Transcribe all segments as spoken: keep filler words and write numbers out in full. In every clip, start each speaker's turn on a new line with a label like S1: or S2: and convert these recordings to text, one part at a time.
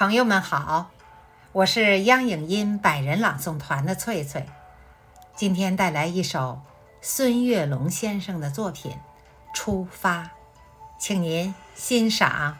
S1: 朋友们好，我是央影音百人朗诵团的翠翠，今天带来一首孙月龙先生的作品《出发》，请您欣赏。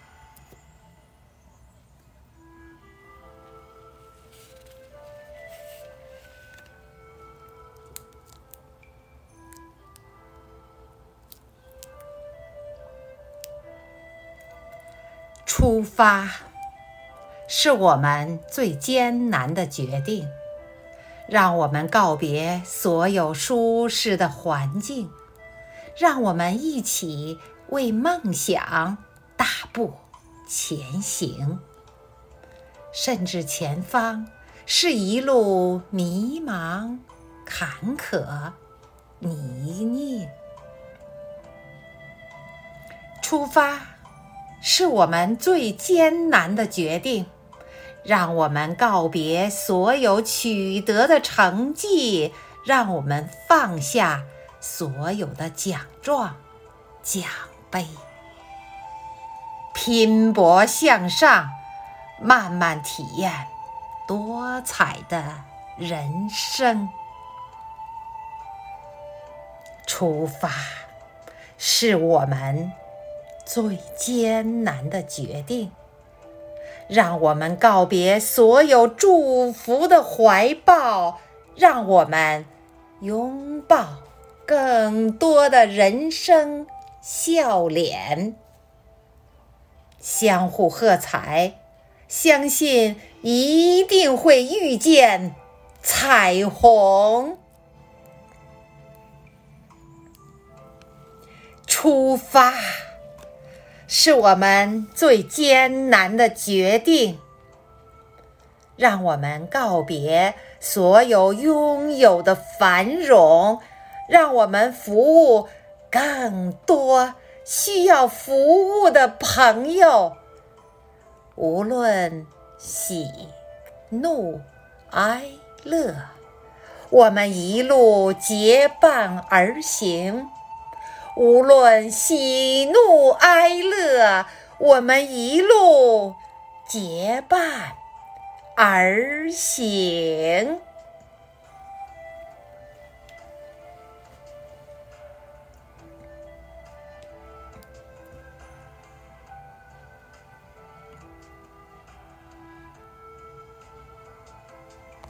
S1: 出发是我们最艰难的决定，让我们告别所有舒适的环境，让我们一起为梦想大步前行。甚至前方是一路迷茫、坎坷、泥泞。出发是我们最艰难的决定，让我们告别所有取得的成绩，让我们放下所有的奖状、奖杯，拼搏向上，慢慢体验多彩的人生。出发是我们最艰难的决定，让我们告别所有祝福的怀抱，让我们拥抱更多的人生笑脸。相互喝彩，相信一定会遇见彩虹。出发是我们最艰难的决定，让我们告别所有拥有的繁荣，让我们服务更多需要服务的朋友。无论喜怒哀乐，我们一路结伴而行。无论喜怒哀乐，我们一路结伴而行。